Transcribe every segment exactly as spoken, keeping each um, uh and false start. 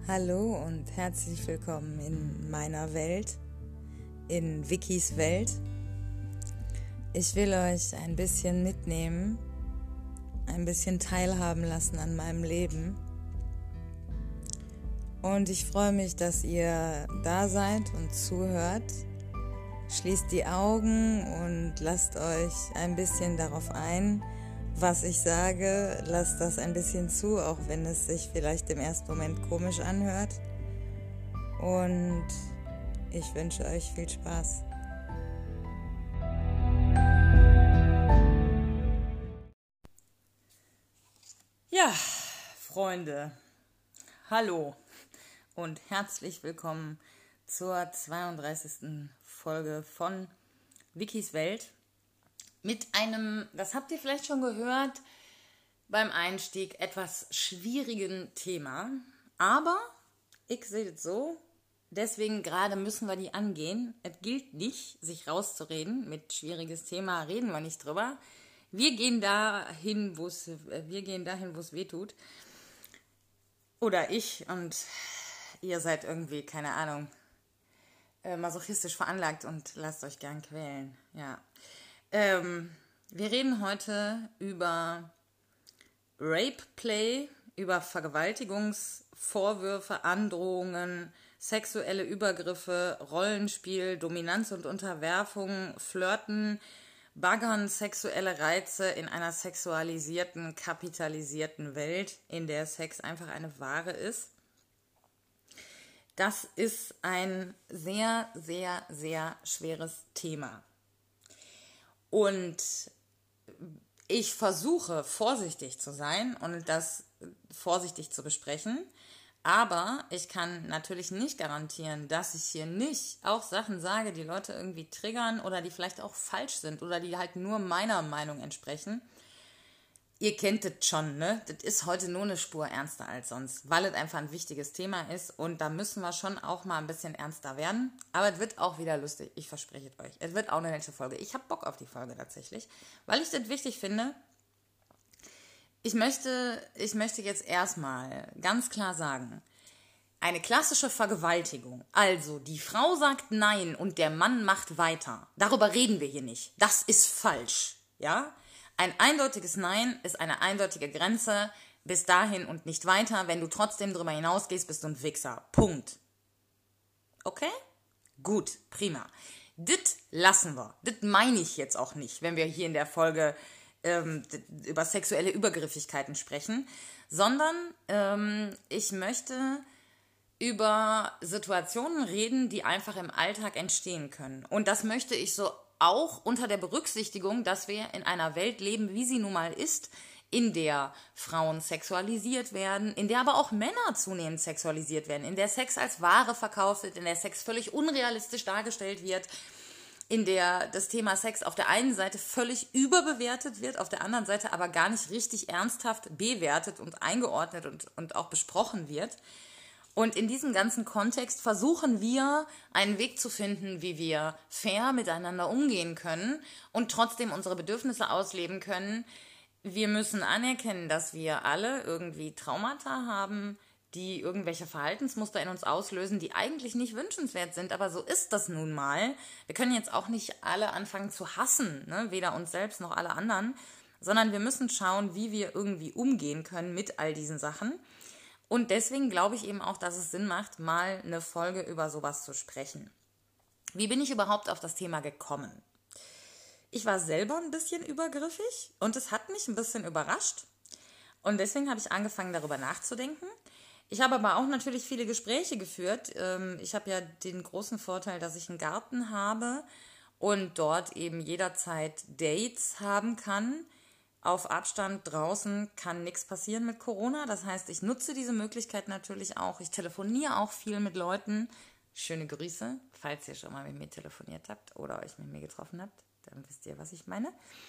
Hallo und herzlich willkommen in meiner Welt, in Vickys Welt. Ich will euch ein bisschen mitnehmen, ein bisschen teilhaben lassen an meinem Leben. Und ich freue mich, dass ihr da seid und zuhört. Schließt die Augen und lasst euch ein bisschen darauf ein, was ich sage. Lasst das ein bisschen zu, auch wenn es sich vielleicht im ersten Moment komisch anhört. Und ich wünsche euch viel Spaß. Ja, Freunde, hallo und herzlich willkommen zur zweiunddreißigsten Folge von Vickys Welt. Mit einem, das habt ihr vielleicht schon gehört, beim Einstieg etwas schwierigen Thema. Aber ich sehe es so, deswegen gerade müssen wir die angehen. Es gilt nicht, sich rauszureden. Mit schwieriges Thema reden wir nicht drüber. Wir gehen dahin, wo es, wir gehen dahin, wo es weh tut. Oder ich und ihr seid irgendwie, keine Ahnung, masochistisch veranlagt und lasst euch gern quälen. Ja. Ähm, wir reden heute über Rape-Play, über Vergewaltigungsvorwürfe, Androhungen, sexuelle Übergriffe, Rollenspiel, Dominanz und Unterwerfung, Flirten, Baggern, sexuelle Reize in einer sexualisierten, kapitalisierten Welt, in der Sex einfach eine Ware ist. Das ist ein sehr, sehr, sehr schweres Thema. Und ich versuche, vorsichtig zu sein und das vorsichtig zu besprechen. Aber ich kann natürlich nicht garantieren, dass ich hier nicht auch Sachen sage, die Leute irgendwie triggern oder die vielleicht auch falsch sind oder die halt nur meiner Meinung entsprechen. Ihr kennt das schon, ne? Das ist heute nur eine Spur ernster als sonst, weil es einfach ein wichtiges Thema ist und da müssen wir schon auch mal ein bisschen ernster werden. Aber es wird auch wieder lustig, ich verspreche es euch. Es wird auch eine nette Folge. Ich habe Bock auf die Folge tatsächlich, weil ich das wichtig finde. Ich möchte, ich möchte jetzt erstmal ganz klar sagen, eine klassische Vergewaltigung, also die Frau sagt Nein und der Mann macht weiter, darüber reden wir hier nicht. Das ist falsch, ja? Ein eindeutiges Nein ist eine eindeutige Grenze, bis dahin und nicht weiter. Wenn du trotzdem drüber hinausgehst, bist du ein Wichser. Punkt. Okay? Gut, prima. Das lassen wir. Das meine ich jetzt auch nicht, wenn wir hier in der Folge ähm, über sexuelle Übergriffigkeiten sprechen, sondern ähm, ich möchte über Situationen reden, die einfach im Alltag entstehen können. Und das möchte ich so auch unter der Berücksichtigung, dass wir in einer Welt leben, wie sie nun mal ist, in der Frauen sexualisiert werden, in der aber auch Männer zunehmend sexualisiert werden, in der Sex als Ware verkauft wird, in der Sex völlig unrealistisch dargestellt wird, in der das Thema Sex auf der einen Seite völlig überbewertet wird, auf der anderen Seite aber gar nicht richtig ernsthaft bewertet und eingeordnet und, und auch besprochen wird. Und in diesem ganzen Kontext versuchen wir, einen Weg zu finden, wie wir fair miteinander umgehen können und trotzdem unsere Bedürfnisse ausleben können. Wir müssen anerkennen, dass wir alle irgendwie Traumata haben, die irgendwelche Verhaltensmuster in uns auslösen, die eigentlich nicht wünschenswert sind, aber so ist das nun mal. Wir können jetzt auch nicht alle anfangen zu hassen, ne? Weder uns selbst noch alle anderen, sondern wir müssen schauen, wie wir irgendwie umgehen können mit all diesen Sachen. Und deswegen glaube ich eben auch, dass es Sinn macht, mal eine Folge über sowas zu sprechen. Wie bin ich überhaupt auf das Thema gekommen? Ich war selber ein bisschen übergriffig und es hat mich ein bisschen überrascht. Und deswegen habe ich angefangen, darüber nachzudenken. Ich habe aber auch natürlich viele Gespräche geführt. Ich habe ja den großen Vorteil, dass ich einen Garten habe und dort eben jederzeit Dates haben kann. Auf Abstand draußen kann nichts passieren mit Corona. Das heißt, ich nutze diese Möglichkeit natürlich auch. Ich telefoniere auch viel mit Leuten. Schöne Grüße, falls ihr schon mal mit mir telefoniert habt oder euch mit mir getroffen habt. Dann wisst ihr, was ich meine.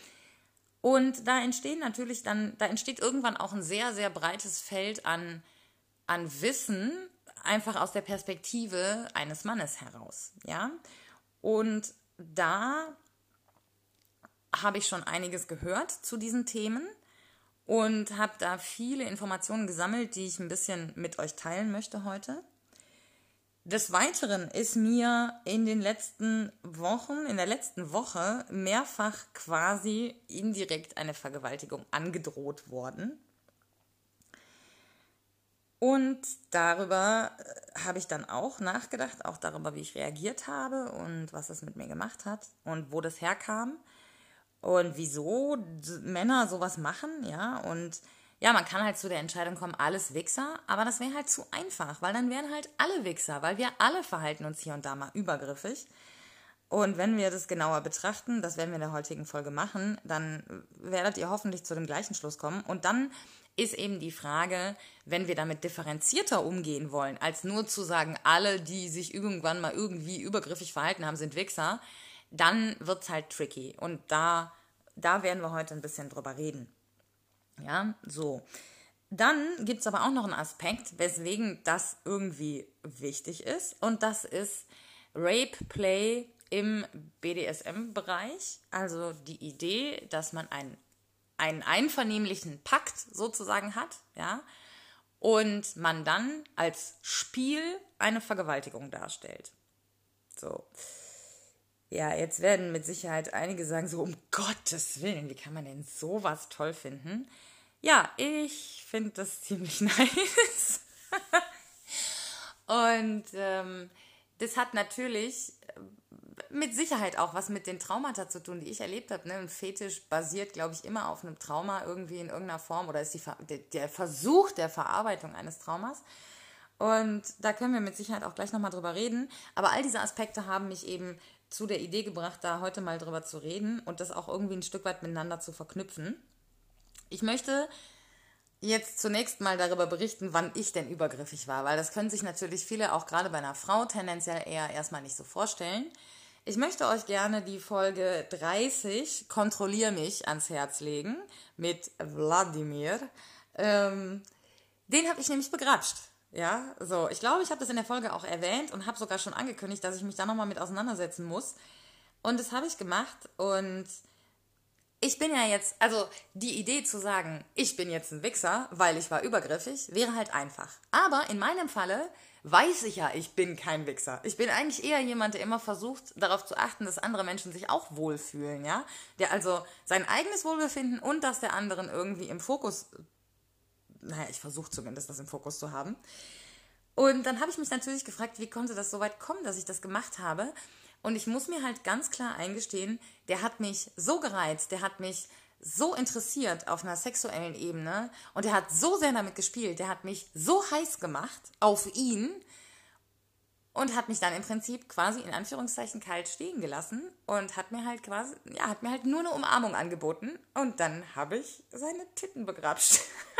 Und da entstehen natürlich dann, da entsteht irgendwann auch ein sehr, sehr breites Feld an, an Wissen, einfach aus der Perspektive eines Mannes heraus. Ja? Und da habe ich schon einiges gehört zu diesen Themen und habe da viele Informationen gesammelt, die ich ein bisschen mit euch teilen möchte heute. Des Weiteren ist mir in den letzten Wochen, in der letzten Woche mehrfach quasi indirekt eine Vergewaltigung angedroht worden. Und darüber habe ich dann auch nachgedacht, auch darüber, wie ich reagiert habe und was es mit mir gemacht hat und wo das herkam und wieso Männer sowas machen, ja, und ja, man kann halt zu der Entscheidung kommen, alles Wichser, aber das wäre halt zu einfach, weil dann wären halt alle Wichser, weil wir alle verhalten uns hier und da mal übergriffig. Und wenn wir das genauer betrachten, das werden wir in der heutigen Folge machen, dann werdet ihr hoffentlich zu dem gleichen Schluss kommen. Und dann ist eben die Frage, wenn wir damit differenzierter umgehen wollen, als nur zu sagen, alle, die sich irgendwann mal irgendwie übergriffig verhalten haben, sind Wichser, dann wird es halt tricky. Und da, da werden wir heute ein bisschen drüber reden. Ja, so. Dann gibt es aber auch noch einen Aspekt, weswegen das irgendwie wichtig ist. Und das ist Rape Play im B D S M-Bereich. Also die Idee, dass man einen, einen einvernehmlichen Pakt sozusagen hat, ja, und man dann als Spiel eine Vergewaltigung darstellt. So. Ja, jetzt werden mit Sicherheit einige sagen, so um Gottes Willen, wie kann man denn sowas toll finden? Ja, ich finde das ziemlich nice. Und ähm, das hat natürlich mit Sicherheit auch was mit den Traumata zu tun, die ich erlebt habe. Ne? Ein Fetisch basiert, glaube ich, immer auf einem Trauma irgendwie in irgendeiner Form oder ist die Ver- der, der Versuch der Verarbeitung eines Traumas. Und da können wir mit Sicherheit auch gleich nochmal drüber reden. Aber all diese Aspekte haben mich eben zu der Idee gebracht, da heute mal drüber zu reden und das auch irgendwie ein Stück weit miteinander zu verknüpfen. Ich möchte jetzt zunächst mal darüber berichten, wann ich denn übergriffig war, weil das können sich natürlich viele, auch gerade bei einer Frau, tendenziell eher erstmal nicht so vorstellen. Ich möchte euch gerne die Folge dreißig, Kontrollier mich, ans Herz legen, mit Wladimir. Ähm, den habe ich nämlich begrapscht. Ja, so, ich glaube, ich habe das in der Folge auch erwähnt und habe sogar schon angekündigt, dass ich mich da nochmal mit auseinandersetzen muss. Und das habe ich gemacht und ich bin ja jetzt, also die Idee zu sagen, ich bin jetzt ein Wichser, weil ich war übergriffig, wäre halt einfach. Aber in meinem Falle weiß ich ja, ich bin kein Wichser. Ich bin eigentlich eher jemand, der immer versucht, darauf zu achten, dass andere Menschen sich auch wohlfühlen, ja. Der also sein eigenes Wohlbefinden und das der anderen irgendwie im Fokus, naja, ich versuche zumindest, das im Fokus zu haben. Und dann habe ich mich natürlich gefragt, wie konnte das so weit kommen, dass ich das gemacht habe? Und ich muss mir halt ganz klar eingestehen, der hat mich so gereizt, der hat mich so interessiert auf einer sexuellen Ebene und der hat so sehr damit gespielt, der hat mich so heiß gemacht auf ihn und hat mich dann im Prinzip quasi in Anführungszeichen kalt stehen gelassen und hat mir halt quasi, ja, hat mir halt nur eine Umarmung angeboten und dann habe ich seine Titten begrapscht.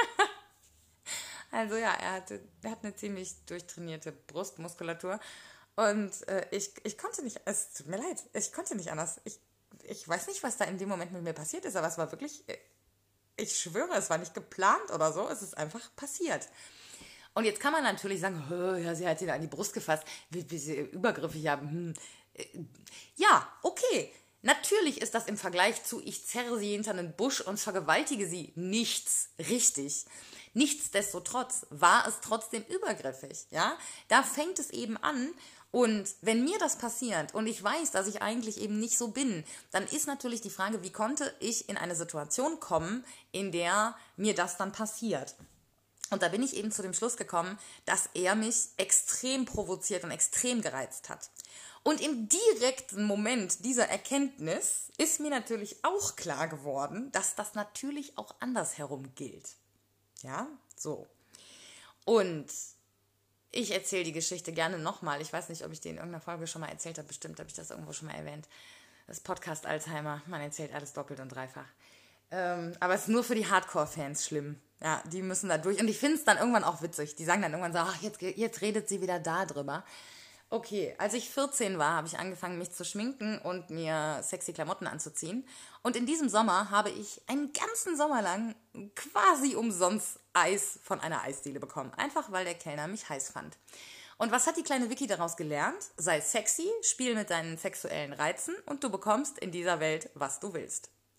Also ja, er, hatte, er hat eine ziemlich durchtrainierte Brustmuskulatur. Und äh, ich, ich konnte nicht, es tut mir leid, ich konnte nicht anders. Ich, ich weiß nicht, was da in dem Moment mit mir passiert ist, aber es war wirklich, ich schwöre, es war nicht geplant oder so, es ist einfach passiert. Und jetzt kann man natürlich sagen, ja, sie hat ihn an die Brust gefasst, wie, wie sie übergriffig haben. Hm. Ja, okay, natürlich ist das im Vergleich zu, ich zerre sie hinter einen Busch und vergewaltige sie, nichts richtig. Nichtsdestotrotz war es trotzdem übergriffig, ja. Da fängt es eben an. Und wenn mir das passiert und ich weiß, dass ich eigentlich eben nicht so bin, dann ist natürlich die Frage, wie konnte ich in eine Situation kommen, in der mir das dann passiert? Und da bin ich eben zu dem Schluss gekommen, dass er mich extrem provoziert und extrem gereizt hat. Und im direkten Moment dieser Erkenntnis ist mir natürlich auch klar geworden, dass das natürlich auch andersherum gilt. Ja, so. Und ich erzähle die Geschichte gerne nochmal. Ich weiß nicht, ob ich die in irgendeiner Folge schon mal erzählt habe. Bestimmt habe ich das irgendwo schon mal erwähnt. Das Podcast Alzheimer. Man erzählt alles doppelt und dreifach. Ähm, aber es ist nur für die Hardcore-Fans schlimm. Ja, die müssen da durch. Und ich finde es dann irgendwann auch witzig. Die sagen dann irgendwann so, ach, jetzt, jetzt redet sie wieder da drüber. Okay, als ich vierzehn war, habe ich angefangen, mich zu schminken und mir sexy Klamotten anzuziehen. Und in diesem Sommer habe ich einen ganzen Sommer lang quasi umsonst Eis von einer Eisdiele bekommen. Einfach, weil der Kellner mich heiß fand. Und was hat die kleine Vicky daraus gelernt? Sei sexy, spiel mit deinen sexuellen Reizen und du bekommst in dieser Welt, was du willst.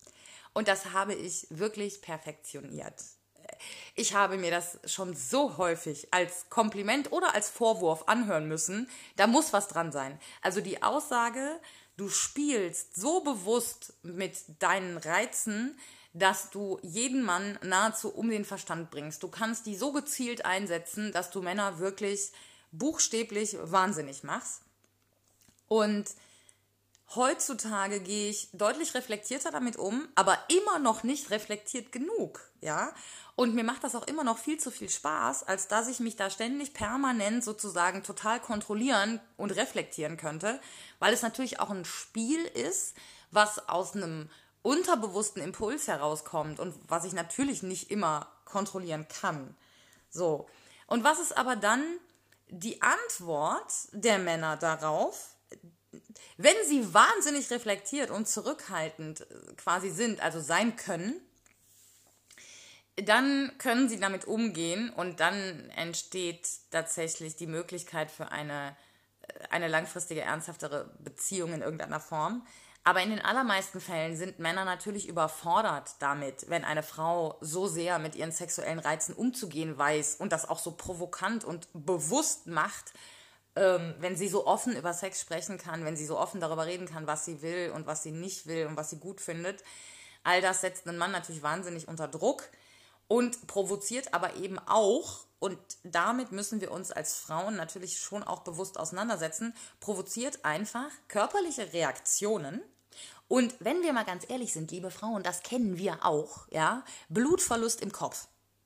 Und das habe ich wirklich perfektioniert. Ich habe mir das schon so häufig als Kompliment oder als Vorwurf anhören müssen. Da muss was dran sein. Also die Aussage, du spielst so bewusst mit deinen Reizen, dass du jeden Mann nahezu um den Verstand bringst. Du kannst die so gezielt einsetzen, dass du Männer wirklich buchstäblich wahnsinnig machst. Und heutzutage gehe ich deutlich reflektierter damit um, aber immer noch nicht reflektiert genug, ja. Und mir macht das auch immer noch viel zu viel Spaß, als dass ich mich da ständig permanent sozusagen total kontrollieren und reflektieren könnte, weil es natürlich auch ein Spiel ist, was aus einem unterbewussten Impuls herauskommt und was ich natürlich nicht immer kontrollieren kann. So. Und was ist aber dann die Antwort der Männer darauf, wenn sie wahnsinnig reflektiert und zurückhaltend quasi sind, also sein können, dann können sie damit umgehen und dann entsteht tatsächlich die Möglichkeit für eine, eine langfristige, ernsthaftere Beziehung in irgendeiner Form. Aber in den allermeisten Fällen sind Männer natürlich überfordert damit, wenn eine Frau so sehr mit ihren sexuellen Reizen umzugehen weiß und das auch so provokant und bewusst macht, ähm, wenn sie so offen über Sex sprechen kann, wenn sie so offen darüber reden kann, was sie will und was sie nicht will und was sie gut findet. All das setzt einen Mann natürlich wahnsinnig unter Druck und provoziert aber eben auch, und damit müssen wir uns als Frauen natürlich schon auch bewusst auseinandersetzen, provoziert einfach körperliche Reaktionen. Und wenn wir mal ganz ehrlich sind, liebe Frauen, das kennen wir auch, ja, Blutverlust im Kopf.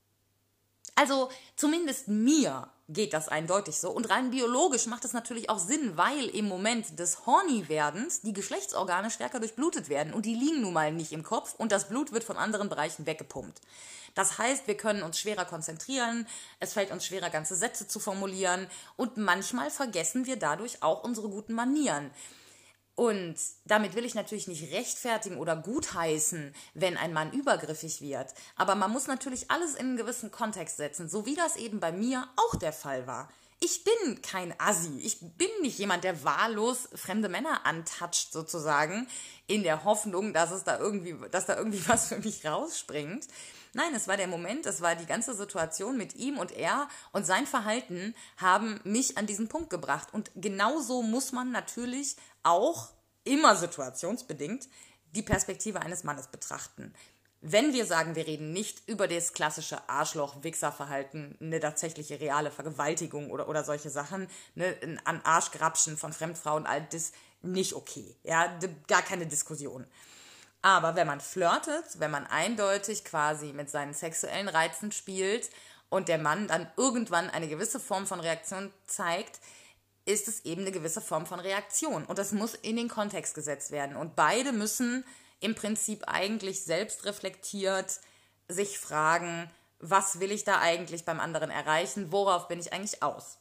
Also zumindest mir geht das eindeutig so. Und rein biologisch macht es natürlich auch Sinn, weil im Moment des Horny-Werdens die Geschlechtsorgane stärker durchblutet werden. Und die liegen nun mal nicht im Kopf und das Blut wird von anderen Bereichen weggepumpt. Das heißt, wir können uns schwerer konzentrieren, es fällt uns schwerer, ganze Sätze zu formulieren und manchmal vergessen wir dadurch auch unsere guten Manieren. Und damit will ich natürlich nicht rechtfertigen oder gutheißen, wenn ein Mann übergriffig wird. Aber man muss natürlich alles in einen gewissen Kontext setzen, so wie das eben bei mir auch der Fall war. Ich bin kein Assi. Ich bin nicht jemand, der wahllos fremde Männer antatscht sozusagen, in der Hoffnung, dass es da irgendwie, dass da irgendwie was für mich rausspringt. Nein, es war der Moment, es war die ganze Situation mit ihm und er und sein Verhalten haben mich an diesen Punkt gebracht. Und genauso muss man natürlich auch, immer situationsbedingt, die Perspektive eines Mannes betrachten. Wenn wir sagen, wir reden nicht über das klassische Arschloch-Wichser-Verhalten, eine tatsächliche reale Vergewaltigung oder, oder solche Sachen, ne, an Arschgrapschen von Fremdfrauen, all das nicht okay. Ja, gar keine Diskussion. Aber wenn man flirtet, wenn man eindeutig quasi mit seinen sexuellen Reizen spielt und der Mann dann irgendwann eine gewisse Form von Reaktion zeigt, ist es eben eine gewisse Form von Reaktion. Und das muss in den Kontext gesetzt werden. Und beide müssen im Prinzip eigentlich selbst reflektiert sich fragen, was will ich da eigentlich beim anderen erreichen, worauf bin ich eigentlich aus?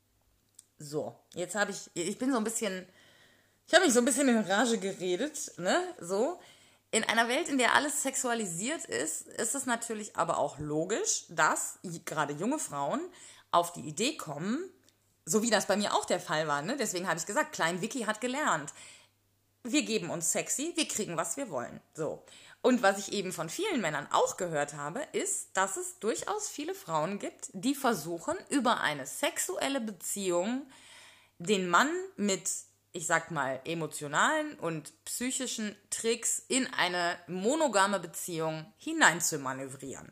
So, jetzt habe ich, ich bin so ein bisschen, ich habe mich so ein bisschen in Rage geredet, ne, so. In einer Welt, in der alles sexualisiert ist, ist es natürlich aber auch logisch, dass gerade junge Frauen auf die Idee kommen, so wie das bei mir auch der Fall war, ne? Deswegen habe ich gesagt, Klein Vicky hat gelernt. Wir geben uns sexy, wir kriegen, was wir wollen. So. Und was ich eben von vielen Männern auch gehört habe, ist, dass es durchaus viele Frauen gibt, die versuchen, über eine sexuelle Beziehung den Mann mit, ich sag mal, emotionalen und psychischen Tricks in eine monogame Beziehung hineinzumanövrieren.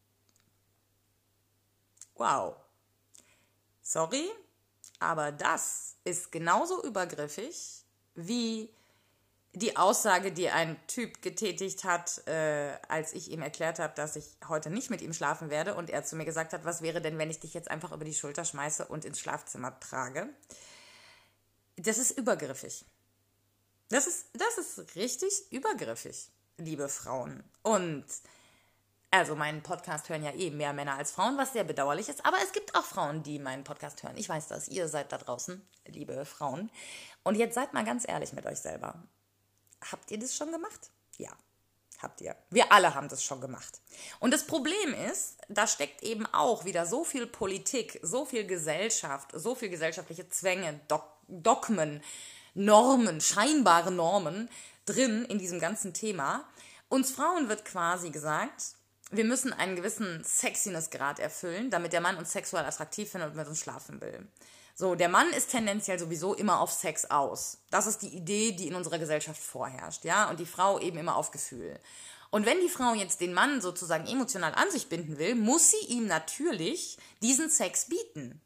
Wow. Sorry, aber das ist genauso übergriffig wie die Aussage, die ein Typ getätigt hat, äh, als ich ihm erklärt habe, dass ich heute nicht mit ihm schlafen werde und er zu mir gesagt hat, was wäre denn, wenn ich dich jetzt einfach über die Schulter schmeiße und ins Schlafzimmer trage? Das ist übergriffig. Das ist, das ist richtig übergriffig, liebe Frauen. Und also meinen Podcast hören ja eh mehr Männer als Frauen, was sehr bedauerlich ist. Aber es gibt auch Frauen, die meinen Podcast hören. Ich weiß das, ihr seid da draußen, liebe Frauen. Und jetzt seid mal ganz ehrlich mit euch selber. Habt ihr das schon gemacht? Ja, habt ihr. Wir alle haben das schon gemacht. Und das Problem ist, da steckt eben auch wieder so viel Politik, so viel Gesellschaft, so viel gesellschaftliche Zwänge, Dok- Dogmen, Normen, scheinbare Normen drin in diesem ganzen Thema. Uns Frauen wird quasi gesagt, wir müssen einen gewissen Sexiness-Grad erfüllen, damit der Mann uns sexuell attraktiv findet und mit uns schlafen will. So, der Mann ist tendenziell sowieso immer auf Sex aus. Das ist die Idee, die in unserer Gesellschaft vorherrscht, ja, und die Frau eben immer auf Gefühl. Und wenn die Frau jetzt den Mann sozusagen emotional an sich binden will, muss sie ihm natürlich diesen Sex bieten.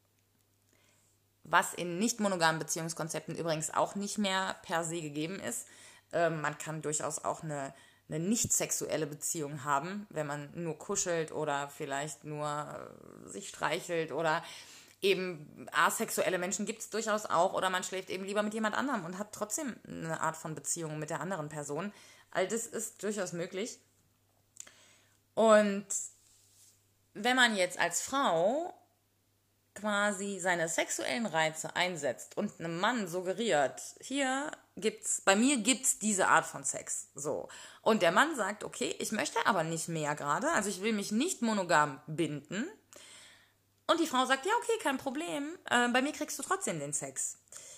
Was in nicht monogamen Beziehungskonzepten übrigens auch nicht mehr per se gegeben ist. Ähm, man kann durchaus auch eine, eine nicht sexuelle Beziehung haben, wenn man nur kuschelt oder vielleicht nur äh, sich streichelt oder eben asexuelle Menschen gibt es durchaus auch oder man schläft eben lieber mit jemand anderem und hat trotzdem eine Art von Beziehung mit der anderen Person. All das ist durchaus möglich. Und wenn man jetzt als Frau quasi seine sexuellen Reize einsetzt und einem Mann suggeriert, hier gibt's, bei mir gibt's diese Art von Sex, so. Und der Mann sagt, okay, ich möchte aber nicht mehr gerade, also ich will mich nicht monogam binden. Und die Frau sagt, ja, okay, kein Problem, äh, bei mir kriegst du trotzdem den Sex.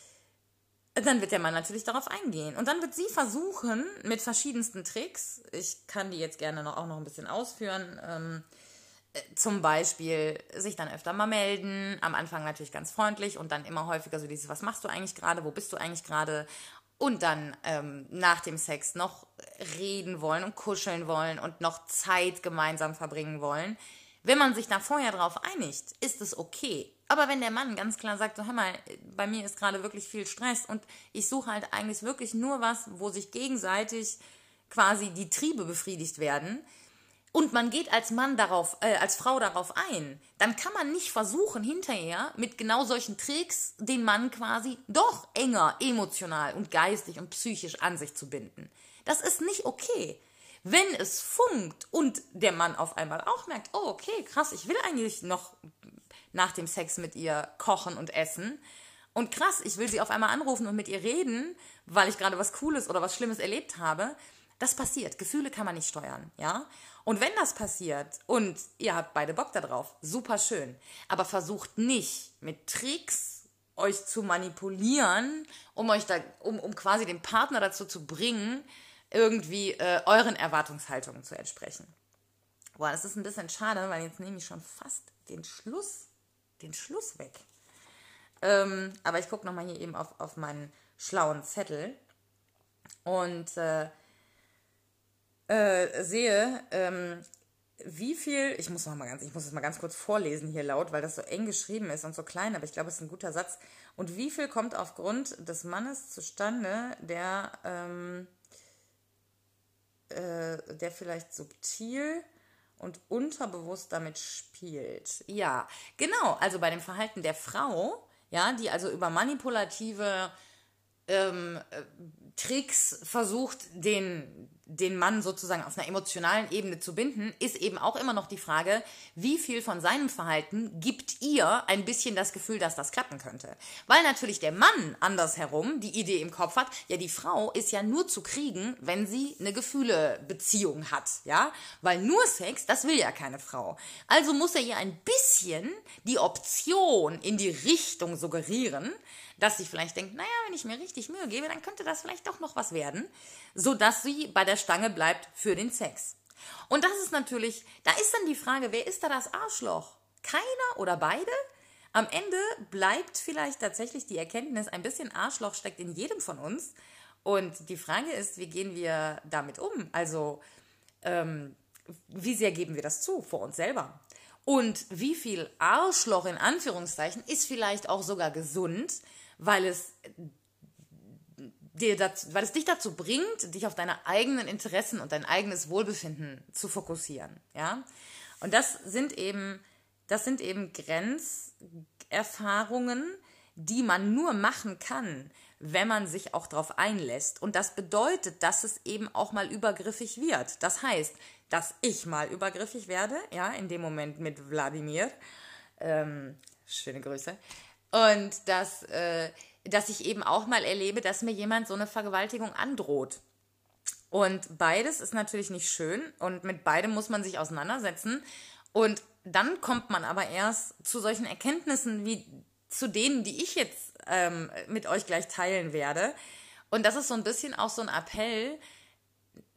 Dann wird der Mann natürlich darauf eingehen. Und dann wird sie versuchen, mit verschiedensten Tricks, ich kann die jetzt gerne noch, auch noch ein bisschen ausführen, ähm, zum Beispiel sich dann öfter mal melden, am Anfang natürlich ganz freundlich und dann immer häufiger so dieses, was machst du eigentlich gerade, wo bist du eigentlich gerade? Und dann ähm, nach dem Sex noch reden wollen und kuscheln wollen und noch Zeit gemeinsam verbringen wollen. Wenn man sich da vorher drauf einigt, ist es okay. Aber wenn der Mann ganz klar sagt, so hör mal, bei mir ist gerade wirklich viel Stress und ich suche halt eigentlich wirklich nur was, wo sich gegenseitig quasi die Triebe befriedigt werden und man geht als Mann darauf, äh, als Frau darauf ein, dann kann man nicht versuchen, hinterher mit genau solchen Tricks den Mann quasi doch enger emotional und geistig und psychisch an sich zu binden. Das ist nicht okay. Wenn es funkt und der Mann auf einmal auch merkt, oh okay, krass, ich will eigentlich noch nach dem Sex mit ihr kochen und essen und krass, ich will sie auf einmal anrufen und mit ihr reden, weil ich gerade was Cooles oder was Schlimmes erlebt habe, das passiert. Gefühle kann man nicht steuern, ja? Und wenn das passiert und ihr habt beide Bock da drauf, super schön, aber versucht nicht mit Tricks euch zu manipulieren, um euch da, um, um quasi den Partner dazu zu bringen, irgendwie äh, euren Erwartungshaltungen zu entsprechen. Boah, das ist ein bisschen schade, weil jetzt nehme ich schon fast den Schluss, den Schluss weg. Ähm, aber ich gucke nochmal hier eben auf, auf meinen schlauen Zettel und äh, äh, sehe, ähm, wie viel, ich muss noch mal ganz, ich muss es mal ganz kurz vorlesen hier laut, weil das so eng geschrieben ist und so klein, aber ich glaube, es ist ein guter Satz. Und wie viel kommt aufgrund des Mannes zustande, der ähm, der vielleicht subtil und unterbewusst damit spielt. Ja, genau, also bei dem Verhalten der Frau, ja, die also über manipulative ähm, Tricks versucht, den, den Mann sozusagen auf einer emotionalen Ebene zu binden, ist eben auch immer noch die Frage, wie viel von seinem Verhalten gibt ihr ein bisschen das Gefühl, dass das klappen könnte. Weil natürlich der Mann andersherum die Idee im Kopf hat, ja, die Frau ist ja nur zu kriegen, wenn sie eine Gefühlebeziehung hat, ja, weil nur Sex, das will ja keine Frau. Also muss er ihr ein bisschen die Option in die Richtung suggerieren, dass sie vielleicht denkt, naja, wenn ich mir richtig Mühe gebe, dann könnte das vielleicht doch noch was werden, sodass sie bei der Stange bleibt für den Sex. Und das ist natürlich, da ist dann die Frage, wer ist da das Arschloch? Keiner oder beide? Am Ende bleibt vielleicht tatsächlich die Erkenntnis, ein bisschen Arschloch steckt in jedem von uns. Und die Frage ist, wie gehen wir damit um? Also, ähm, wie sehr geben wir das zu vor uns selber? Und wie viel Arschloch in Anführungszeichen ist vielleicht auch sogar gesund, weil es dir dazu, weil es dich dazu bringt, dich auf deine eigenen Interessen und dein eigenes Wohlbefinden zu fokussieren, ja? Und das sind eben, das sind eben Grenzerfahrungen, die man nur machen kann, wenn man sich auch darauf einlässt. Und das bedeutet, dass es eben auch mal übergriffig wird. Das heißt, dass ich mal übergriffig werde, ja, in dem Moment mit Wladimir, ähm, schöne Grüße, und dass, äh, dass ich eben auch mal erlebe, dass mir jemand so eine Vergewaltigung androht. Und beides ist natürlich nicht schön und mit beidem muss man sich auseinandersetzen und dann kommt man aber erst zu solchen Erkenntnissen wie zu denen, die ich jetzt ähm, mit euch gleich teilen werde. Und das ist so ein bisschen auch so ein Appell,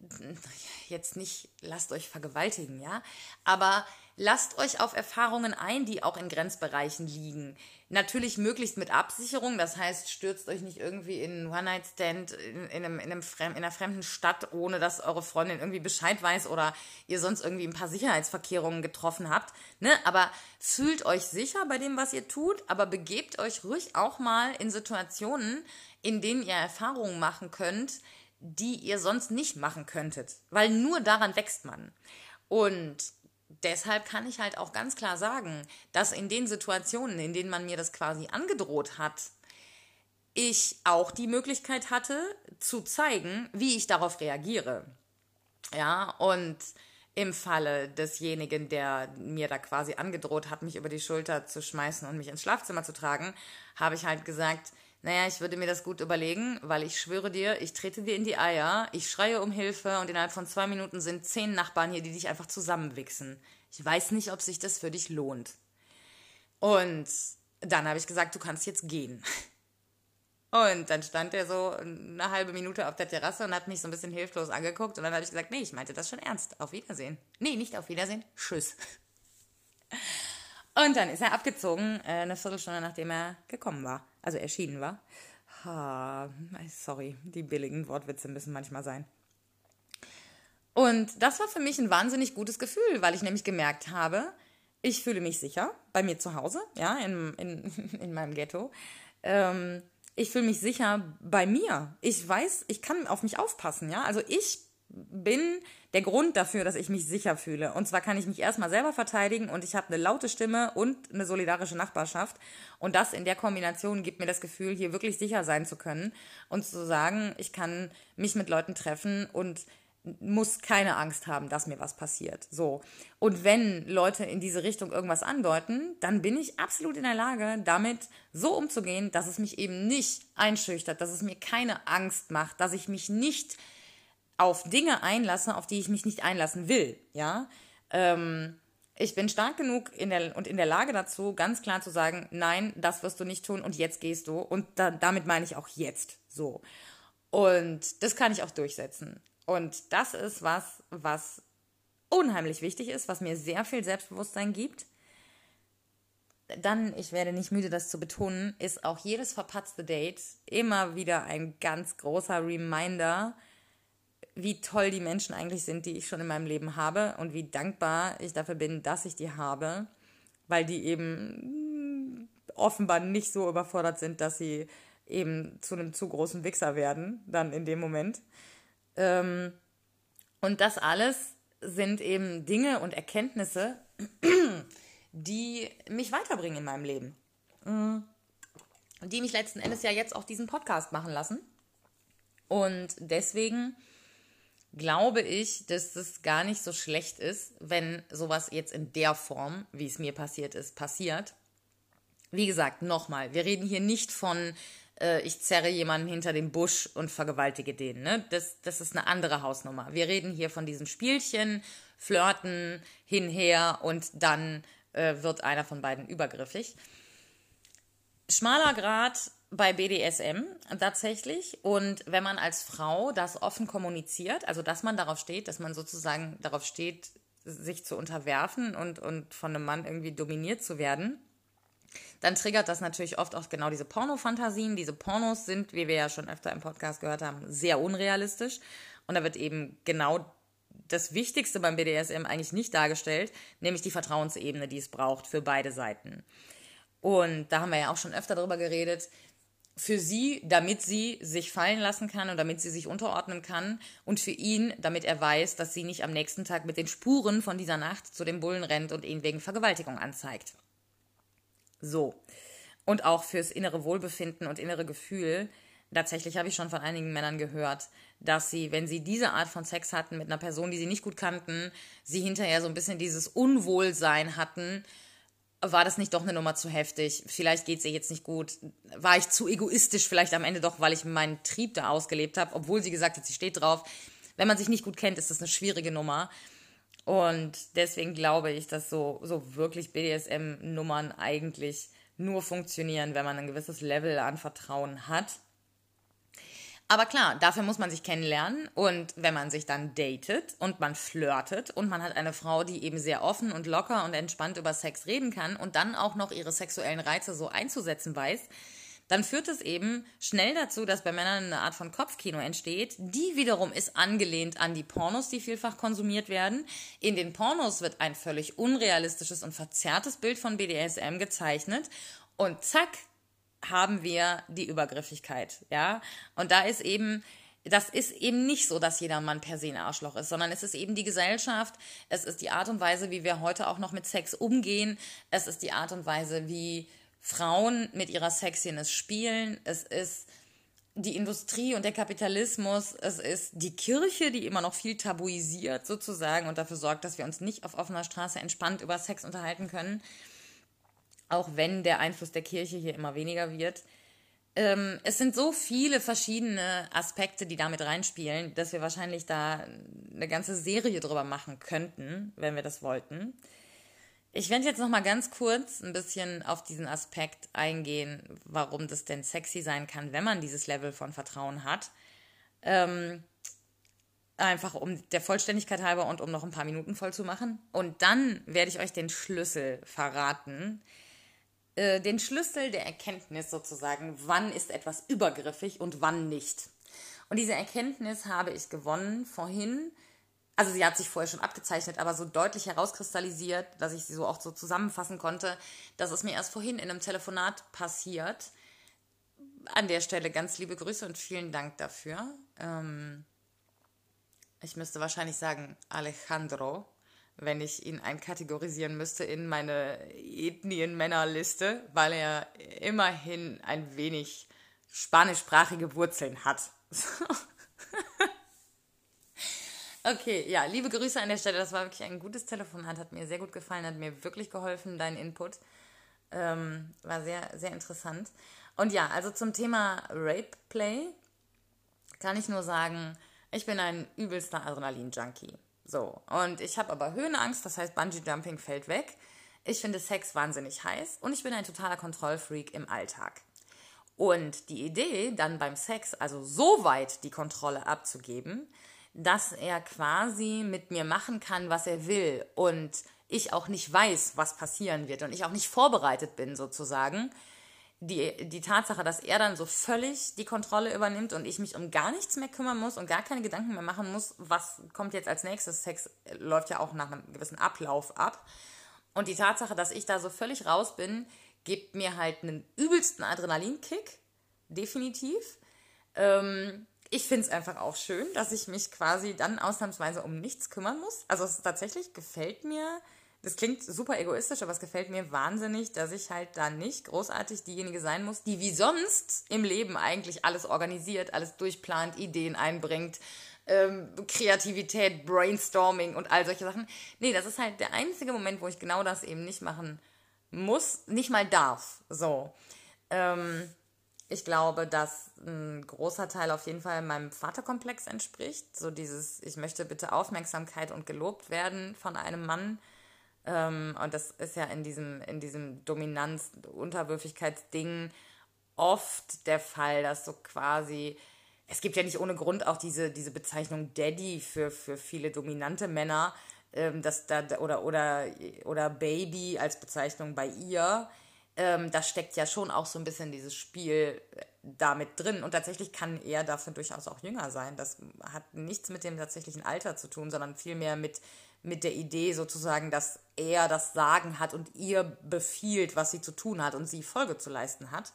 jetzt nicht, lasst euch vergewaltigen, ja, aber lasst euch auf Erfahrungen ein, die auch in Grenzbereichen liegen. Natürlich möglichst mit Absicherung, das heißt, stürzt euch nicht irgendwie in einen One-Night-Stand in, in, einem, in, einem Fremd, in einer fremden Stadt, ohne dass eure Freundin irgendwie Bescheid weiß oder ihr sonst irgendwie ein paar Sicherheitsverkehrungen getroffen habt. Ne? Aber fühlt euch sicher bei dem, was ihr tut, aber begebt euch ruhig auch mal in Situationen, in denen ihr Erfahrungen machen könnt, die ihr sonst nicht machen könntet. Weil nur daran wächst man. Und deshalb kann ich halt auch ganz klar sagen, dass in den Situationen, in denen man mir das quasi angedroht hat, ich auch die Möglichkeit hatte, zu zeigen, wie ich darauf reagiere. Ja, und im Falle desjenigen, der mir da quasi angedroht hat, mich über die Schulter zu schmeißen und mich ins Schlafzimmer zu tragen, habe ich halt gesagt, naja, ich würde mir das gut überlegen, weil ich schwöre dir, ich trete dir in die Eier, ich schreie um Hilfe und innerhalb von zwei Minuten sind zehn Nachbarn hier, die dich einfach zusammenwichsen. Ich weiß nicht, ob sich das für dich lohnt. Und dann habe ich gesagt, du kannst jetzt gehen. Und dann stand er so eine halbe Minute auf der Terrasse und hat mich so ein bisschen hilflos angeguckt. Und dann habe ich gesagt, nee, ich meinte das schon ernst. Auf Wiedersehen. Nee, nicht auf Wiedersehen. Tschüss. Und dann ist er abgezogen, äh, eine Viertelstunde nachdem er gekommen war. Also erschienen war. Ha, sorry, die billigen Wortwitze müssen manchmal sein. Und das war für mich ein wahnsinnig gutes Gefühl, weil ich nämlich gemerkt habe, ich fühle mich sicher bei mir zu Hause, ja, in, in, in meinem Ghetto. Ähm, ich fühle mich sicher bei mir. Ich weiß, ich kann auf mich aufpassen, ja. Also ich bin der Grund dafür, dass ich mich sicher fühle. Und zwar kann ich mich erstmal selber verteidigen und ich habe eine laute Stimme und eine solidarische Nachbarschaft. Und das in der Kombination gibt mir das Gefühl, hier wirklich sicher sein zu können und zu sagen, ich kann mich mit Leuten treffen und muss keine Angst haben, dass mir was passiert. So. Und wenn Leute in diese Richtung irgendwas andeuten, dann bin ich absolut in der Lage, damit so umzugehen, dass es mich eben nicht einschüchtert, dass es mir keine Angst macht, dass ich mich nicht auf Dinge einlasse, auf die ich mich nicht einlassen will, ja. Ähm, ich bin stark genug in der, und in der Lage dazu, ganz klar zu sagen, nein, das wirst du nicht tun und jetzt gehst du. Und da, damit meine ich auch jetzt, so. Und das kann ich auch durchsetzen. Und das ist was, was unheimlich wichtig ist, was mir sehr viel Selbstbewusstsein gibt. Dann, ich werde nicht müde, das zu betonen, ist auch jedes verpatzte Date immer wieder ein ganz großer Reminder, wie toll die Menschen eigentlich sind, die ich schon in meinem Leben habe und wie dankbar ich dafür bin, dass ich die habe, weil die eben offenbar nicht so überfordert sind, dass sie eben zu einem zu großen Wichser werden, dann in dem Moment. Und das alles sind eben Dinge und Erkenntnisse, die mich weiterbringen in meinem Leben. Die mich letzten Endes ja jetzt auch diesen Podcast machen lassen. Und deswegen glaube ich, dass es gar nicht so schlecht ist, wenn sowas jetzt in der Form, wie es mir passiert ist, passiert. Wie gesagt, nochmal, wir reden hier nicht von, äh, ich zerre jemanden hinter den Busch und vergewaltige den. Ne? Das, das ist eine andere Hausnummer. Wir reden hier von diesem Spielchen, Flirten, hinher und dann äh, wird einer von beiden übergriffig. Schmaler Grat bei B D S M tatsächlich, und wenn man als Frau das offen kommuniziert, also dass man darauf steht, dass man sozusagen darauf steht, sich zu unterwerfen und, und von einem Mann irgendwie dominiert zu werden, dann triggert das natürlich oft auch genau diese Porno-Fantasien. Diese Pornos sind, wie wir ja schon öfter im Podcast gehört haben, sehr unrealistisch, und da wird eben genau das Wichtigste beim B D S M eigentlich nicht dargestellt, nämlich die Vertrauensebene, die es braucht für beide Seiten. Und da haben wir ja auch schon öfter drüber geredet, für sie, damit sie sich fallen lassen kann und damit sie sich unterordnen kann, und für ihn, damit er weiß, dass sie nicht am nächsten Tag mit den Spuren von dieser Nacht zu dem Bullen rennt und ihn wegen Vergewaltigung anzeigt. So. Und auch fürs innere Wohlbefinden und innere Gefühl. Tatsächlich habe ich schon von einigen Männern gehört, dass sie, wenn sie diese Art von Sex hatten mit einer Person, die sie nicht gut kannten, sie hinterher so ein bisschen dieses Unwohlsein hatten. War das nicht doch eine Nummer zu heftig? Vielleicht geht es ihr jetzt nicht gut. War ich zu egoistisch vielleicht am Ende doch, weil ich meinen Trieb da ausgelebt habe, obwohl sie gesagt hat, sie steht drauf. Wenn man sich nicht gut kennt, ist das eine schwierige Nummer. Und deswegen glaube ich, dass so, so wirklich B D S M-Nummern eigentlich nur funktionieren, wenn man ein gewisses Level an Vertrauen hat. Aber klar, dafür muss man sich kennenlernen und wenn man sich dann datet und man flirtet und man hat eine Frau, die eben sehr offen und locker und entspannt über Sex reden kann und dann auch noch ihre sexuellen Reize so einzusetzen weiß, dann führt es eben schnell dazu, dass bei Männern eine Art von Kopfkino entsteht. Die wiederum ist angelehnt an die Pornos, die vielfach konsumiert werden. In den Pornos wird ein völlig unrealistisches und verzerrtes Bild von B D S M gezeichnet und zack, haben wir die Übergriffigkeit, ja. Und da ist eben, das ist eben nicht so, dass jeder Mann per se ein Arschloch ist, sondern es ist eben die Gesellschaft, es ist die Art und Weise, wie wir heute auch noch mit Sex umgehen, es ist die Art und Weise, wie Frauen mit ihrer Sexiness spielen, es ist die Industrie und der Kapitalismus, es ist die Kirche, die immer noch viel tabuisiert sozusagen und dafür sorgt, dass wir uns nicht auf offener Straße entspannt über Sex unterhalten können. Auch wenn der Einfluss der Kirche hier immer weniger wird. Ähm, es sind so viele verschiedene Aspekte, die damit reinspielen, dass wir wahrscheinlich da eine ganze Serie drüber machen könnten, wenn wir das wollten. Ich werde jetzt noch mal ganz kurz ein bisschen auf diesen Aspekt eingehen, warum das denn sexy sein kann, wenn man dieses Level von Vertrauen hat. Ähm, einfach um der Vollständigkeit halber und um noch ein paar Minuten voll zu machen. Und dann werde ich euch den Schlüssel verraten, den Schlüssel der Erkenntnis sozusagen, wann ist etwas übergriffig und wann nicht. Und diese Erkenntnis habe ich gewonnen vorhin, also sie hat sich vorher schon abgezeichnet, aber so deutlich herauskristallisiert, dass ich sie so auch so zusammenfassen konnte, dass es mir erst vorhin in einem Telefonat passiert. An der Stelle ganz liebe Grüße und vielen Dank dafür. Ähm, ich müsste wahrscheinlich sagen Alejandro, wenn ich ihn einkategorisieren müsste in meine Ethnien-Männerliste, weil er immerhin ein wenig spanischsprachige Wurzeln hat. Okay, ja, liebe Grüße an der Stelle. Das war wirklich ein gutes Telefonat, hat mir sehr gut gefallen, hat mir wirklich geholfen, dein Input. Ähm, war sehr, sehr interessant. Und ja, also zum Thema Rape Play kann ich nur sagen, ich bin ein übelster Adrenalin-Junkie. So, und ich habe aber Höhenangst, das heißt Bungee-Jumping fällt weg. Ich finde Sex wahnsinnig heiß und ich bin ein totaler Kontrollfreak im Alltag. Und die Idee, dann beim Sex also so weit die Kontrolle abzugeben, dass er quasi mit mir machen kann, was er will und ich auch nicht weiß, was passieren wird und ich auch nicht vorbereitet bin sozusagen, Die, die Tatsache, dass er dann so völlig die Kontrolle übernimmt und ich mich um gar nichts mehr kümmern muss und gar keine Gedanken mehr machen muss, was kommt jetzt als nächstes. Sex läuft ja auch nach einem gewissen Ablauf ab. Und die Tatsache, dass ich da so völlig raus bin, gibt mir halt einen übelsten Adrenalinkick, definitiv. Ähm, ich finde es einfach auch schön, dass ich mich quasi dann ausnahmsweise um nichts kümmern muss. Also es tatsächlich gefällt mir. Das klingt super egoistisch, aber es gefällt mir wahnsinnig, dass ich halt da nicht großartig diejenige sein muss, die wie sonst im Leben eigentlich alles organisiert, alles durchplant, Ideen einbringt, ähm, Kreativität, Brainstorming und all solche Sachen. Nee, das ist halt der einzige Moment, wo ich genau das eben nicht machen muss, nicht mal darf. So. Ähm, ich glaube, dass ein großer Teil auf jeden Fall meinem Vaterkomplex entspricht. So dieses, ich möchte bitte Aufmerksamkeit und gelobt werden von einem Mann. Ähm, und das ist ja in diesem, in diesem Dominanz-Unterwürfigkeitsding oft der Fall, dass so quasi, es gibt ja nicht ohne Grund auch diese, diese Bezeichnung Daddy für, für viele dominante Männer, ähm, dass da, oder, oder, oder Baby als Bezeichnung bei ihr. Ähm, da steckt ja schon auch so ein bisschen dieses Spiel damit drin. Und tatsächlich kann er dafür durchaus auch jünger sein. Das hat nichts mit dem tatsächlichen Alter zu tun, sondern vielmehr mit mit der Idee sozusagen, dass er das Sagen hat und ihr befiehlt, was sie zu tun hat und sie Folge zu leisten hat.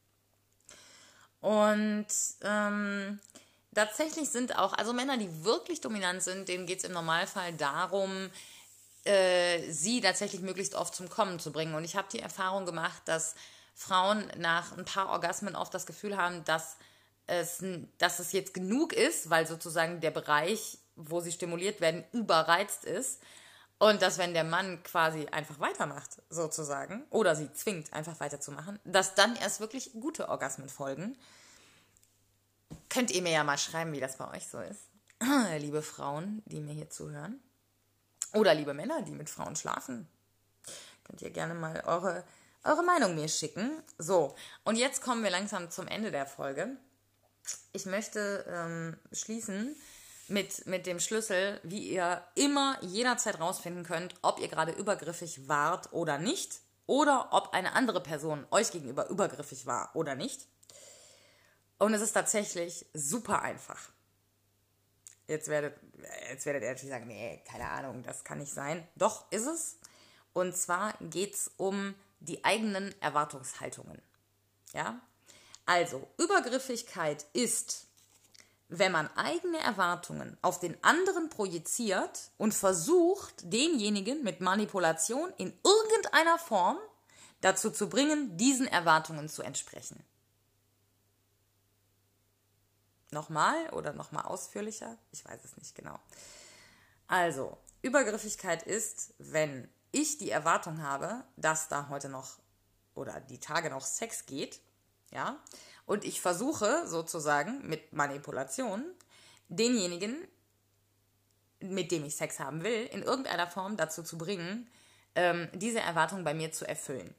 Und ähm, tatsächlich sind auch, also Männer, die wirklich dominant sind, denen geht es im Normalfall darum, äh, sie tatsächlich möglichst oft zum Kommen zu bringen. Und ich habe die Erfahrung gemacht, dass Frauen nach ein paar Orgasmen oft das Gefühl haben, dass es, dass es jetzt genug ist, weil sozusagen der Bereich, wo sie stimuliert werden, überreizt ist. Und dass, wenn der Mann quasi einfach weitermacht, sozusagen, oder sie zwingt, einfach weiterzumachen, dass dann erst wirklich gute Orgasmen folgen. Könnt ihr mir ja mal schreiben, wie das bei euch so ist. Liebe Frauen, die mir hier zuhören. Oder liebe Männer, die mit Frauen schlafen. Könnt ihr gerne mal eure, eure Meinung mir schicken. So, und jetzt kommen wir langsam zum Ende der Folge. ich möchte ähm, schließen mit, mit dem Schlüssel, wie ihr immer jederzeit rausfinden könnt, ob ihr gerade übergriffig wart oder nicht oder ob eine andere Person euch gegenüber übergriffig war oder nicht. Und es ist tatsächlich super einfach. Jetzt werdet, jetzt werdet ihr natürlich sagen, nee, keine Ahnung, das kann nicht sein. Doch, ist es. Und zwar geht es um die eigenen Erwartungshaltungen. Ja? Also, Übergriffigkeit ist, wenn man eigene Erwartungen auf den anderen projiziert und versucht, denjenigen mit Manipulation in irgendeiner Form dazu zu bringen, diesen Erwartungen zu entsprechen. Nochmal oder nochmal ausführlicher? Ich weiß es nicht genau. Also, Übergriffigkeit ist, wenn ich die Erwartung habe, dass da heute noch oder die Tage noch Sex geht, ja, und ich versuche sozusagen mit Manipulation denjenigen, mit dem ich Sex haben will, in irgendeiner Form dazu zu bringen, ähm, diese Erwartung bei mir zu erfüllen.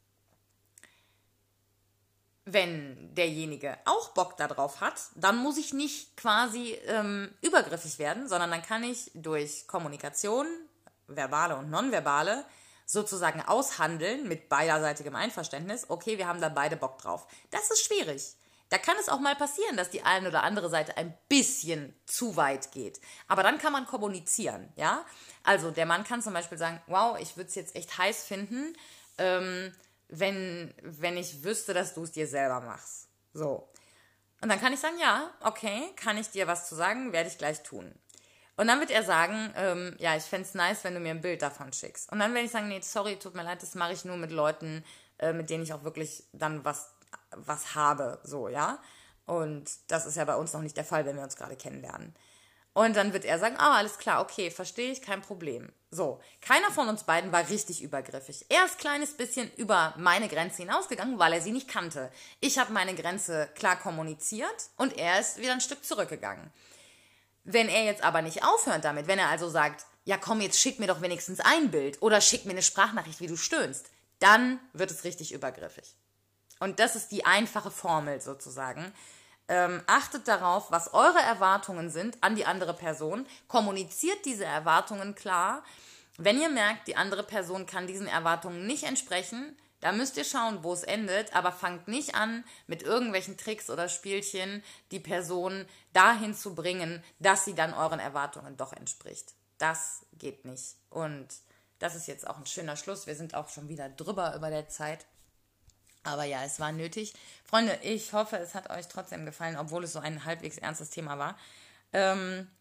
Wenn derjenige auch Bock darauf hat, dann muss ich nicht quasi ähm, übergriffig werden, sondern dann kann ich durch Kommunikation, verbale und nonverbale, sozusagen aushandeln mit beiderseitigem Einverständnis, okay, wir haben da beide Bock drauf. Das ist schwierig. Da kann es auch mal passieren, dass die eine oder andere Seite ein bisschen zu weit geht. Aber dann kann man kommunizieren, ja. Also der Mann kann zum Beispiel sagen, wow, ich würde es jetzt echt heiß finden, ähm, wenn, wenn ich wüsste, dass du es dir selber machst. So. Und dann kann ich sagen, ja, okay, kann ich dir was zu sagen, werde ich gleich tun. Und dann wird er sagen, ähm, ja, ich fände es nice, wenn du mir ein Bild davon schickst. Und dann werde ich sagen, nee, sorry, tut mir leid, das mache ich nur mit Leuten, äh, mit denen ich auch wirklich dann was, was habe, so, ja. Und das ist ja bei uns noch nicht der Fall, wenn wir uns gerade kennenlernen. Und dann wird er sagen, ah, alles klar, okay, verstehe ich, kein Problem. So, keiner von uns beiden war richtig übergriffig. Er ist ein kleines bisschen über meine Grenze hinausgegangen, weil er sie nicht kannte. Ich habe meine Grenze klar kommuniziert und er ist wieder ein Stück zurückgegangen. Wenn er jetzt aber nicht aufhört damit, wenn er also sagt, ja komm, jetzt schick mir doch wenigstens ein Bild oder schick mir eine Sprachnachricht, wie du stöhnst, dann wird es richtig übergriffig. Und das ist die einfache Formel sozusagen. Ähm, achtet darauf, was eure Erwartungen sind an die andere Person, kommuniziert diese Erwartungen klar. Wenn ihr merkt, die andere Person kann diesen Erwartungen nicht entsprechen, da müsst ihr schauen, wo es endet, aber fangt nicht an, mit irgendwelchen Tricks oder Spielchen die Person dahin zu bringen, dass sie dann euren Erwartungen doch entspricht. Das geht nicht. Und das ist jetzt auch ein schöner Schluss. Wir sind auch schon wieder drüber über der Zeit. Aber ja, es war nötig. Freunde, ich hoffe, es hat euch trotzdem gefallen, obwohl es so ein halbwegs ernstes Thema war. Ähm,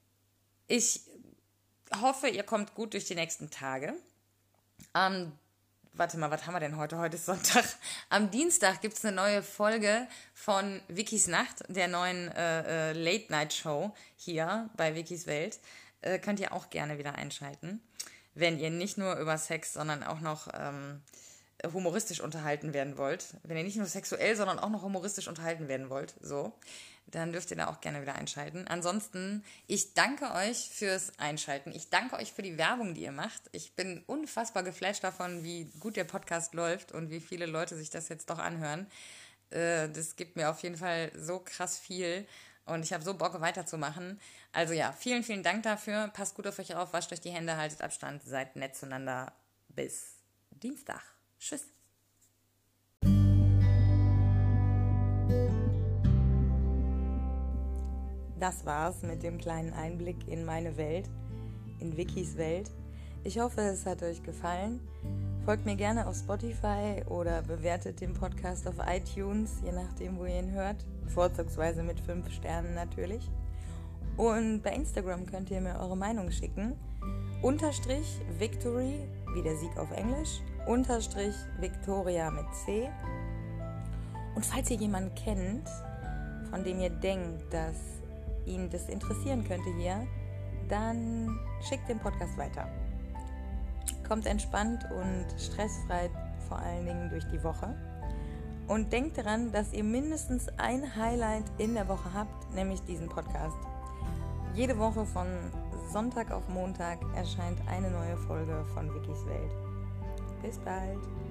ich hoffe, ihr kommt gut durch die nächsten Tage. Am Warte mal, was haben wir denn heute? Heute ist Sonntag. Am Dienstag gibt es eine neue Folge von Vickys Nacht, der neuen äh, äh, Late-Night-Show hier bei Vickys Welt. Äh, könnt ihr auch gerne wieder einschalten, wenn ihr nicht nur über Sex, sondern auch noch ähm, humoristisch unterhalten werden wollt. Wenn ihr nicht nur sexuell, sondern auch noch humoristisch unterhalten werden wollt, so, dann dürft ihr da auch gerne wieder einschalten. Ansonsten, ich danke euch fürs Einschalten. Ich danke euch für die Werbung, die ihr macht. Ich bin unfassbar geflasht davon, wie gut der Podcast läuft und wie viele Leute sich das jetzt doch anhören. Das gibt mir auf jeden Fall so krass viel und ich habe so Bock, weiterzumachen. Also ja, vielen, vielen Dank dafür. Passt gut auf euch auf, wascht euch die Hände, haltet Abstand, seid nett zueinander. Bis Dienstag. Tschüss. Das war's mit dem kleinen Einblick in meine Welt, in Vickys Welt. Ich hoffe, es hat euch gefallen. Folgt mir gerne auf Spotify oder bewertet den Podcast auf iTunes, je nachdem, wo ihr ihn hört. Vorzugsweise mit fünf Sternen natürlich. Und bei Instagram könnt ihr mir eure Meinung schicken. Unterstrich Victory, wie der Sieg auf Englisch. Unterstrich Victoria mit C. Und falls ihr jemanden kennt, von dem ihr denkt, dass ihn das interessieren könnte hier, dann schickt den Podcast weiter. Kommt entspannt und stressfrei vor allen Dingen durch die Woche. Und denkt daran, dass ihr mindestens ein Highlight in der Woche habt, nämlich diesen Podcast. Jede Woche von Sonntag auf Montag erscheint eine neue Folge von Vickys Welt. Bis bald!